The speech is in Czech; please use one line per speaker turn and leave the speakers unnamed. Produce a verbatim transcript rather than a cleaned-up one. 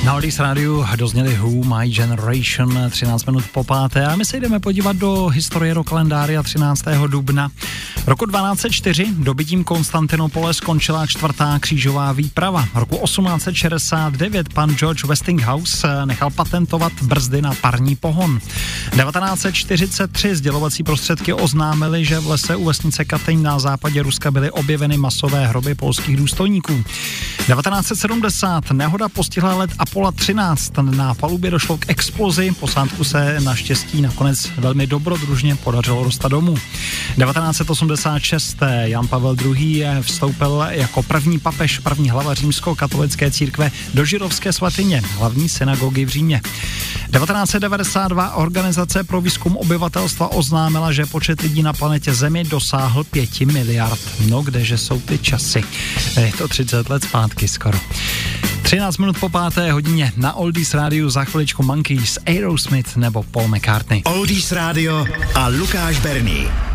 Na Oldies rádiu dozněli Who, My Generation, třináct minut po páté a my se jdeme podívat do historie rokalendária třináctého dubna. Roku dvanáct set čtyři dobytím Konstantinopole skončila čtvrtá křížová výprava. Roku osmnáct set šedesát devět pan George Westinghouse nechal patentovat brzdy na parní pohon. devatenáct set čtyřicet tři sdělovací prostředky oznámily, že v lese u vesnice Katyň na západě Ruska byly objeveny masové hroby polských důstojníků. devatenáct set sedmdesát nehoda postihla let Apollo třináct. Na palubě došlo k explozi, posádku se naštěstí nakonec velmi dobrodružně podařilo dostat domů. devatenáct set osmdesát šest Jan Pavel druhý. vstoupil jako první papež, první hlava římskokatolické církve do Žirovské svatyně, hlavní synagogy v Římě. devatenáct set devadesát dva Organizace pro výzkum obyvatelstva oznámila, že počet lidí na planetě Zemi dosáhl pěti miliard. No kdeže jsou ty časy? Je to třicet let zpátky skoro. třináct minut po páté hodině na Oldies rádiu za chviličku Monkeys, Aerosmith nebo Paul McCartney.
Oldies rádio a Lukáš Berný.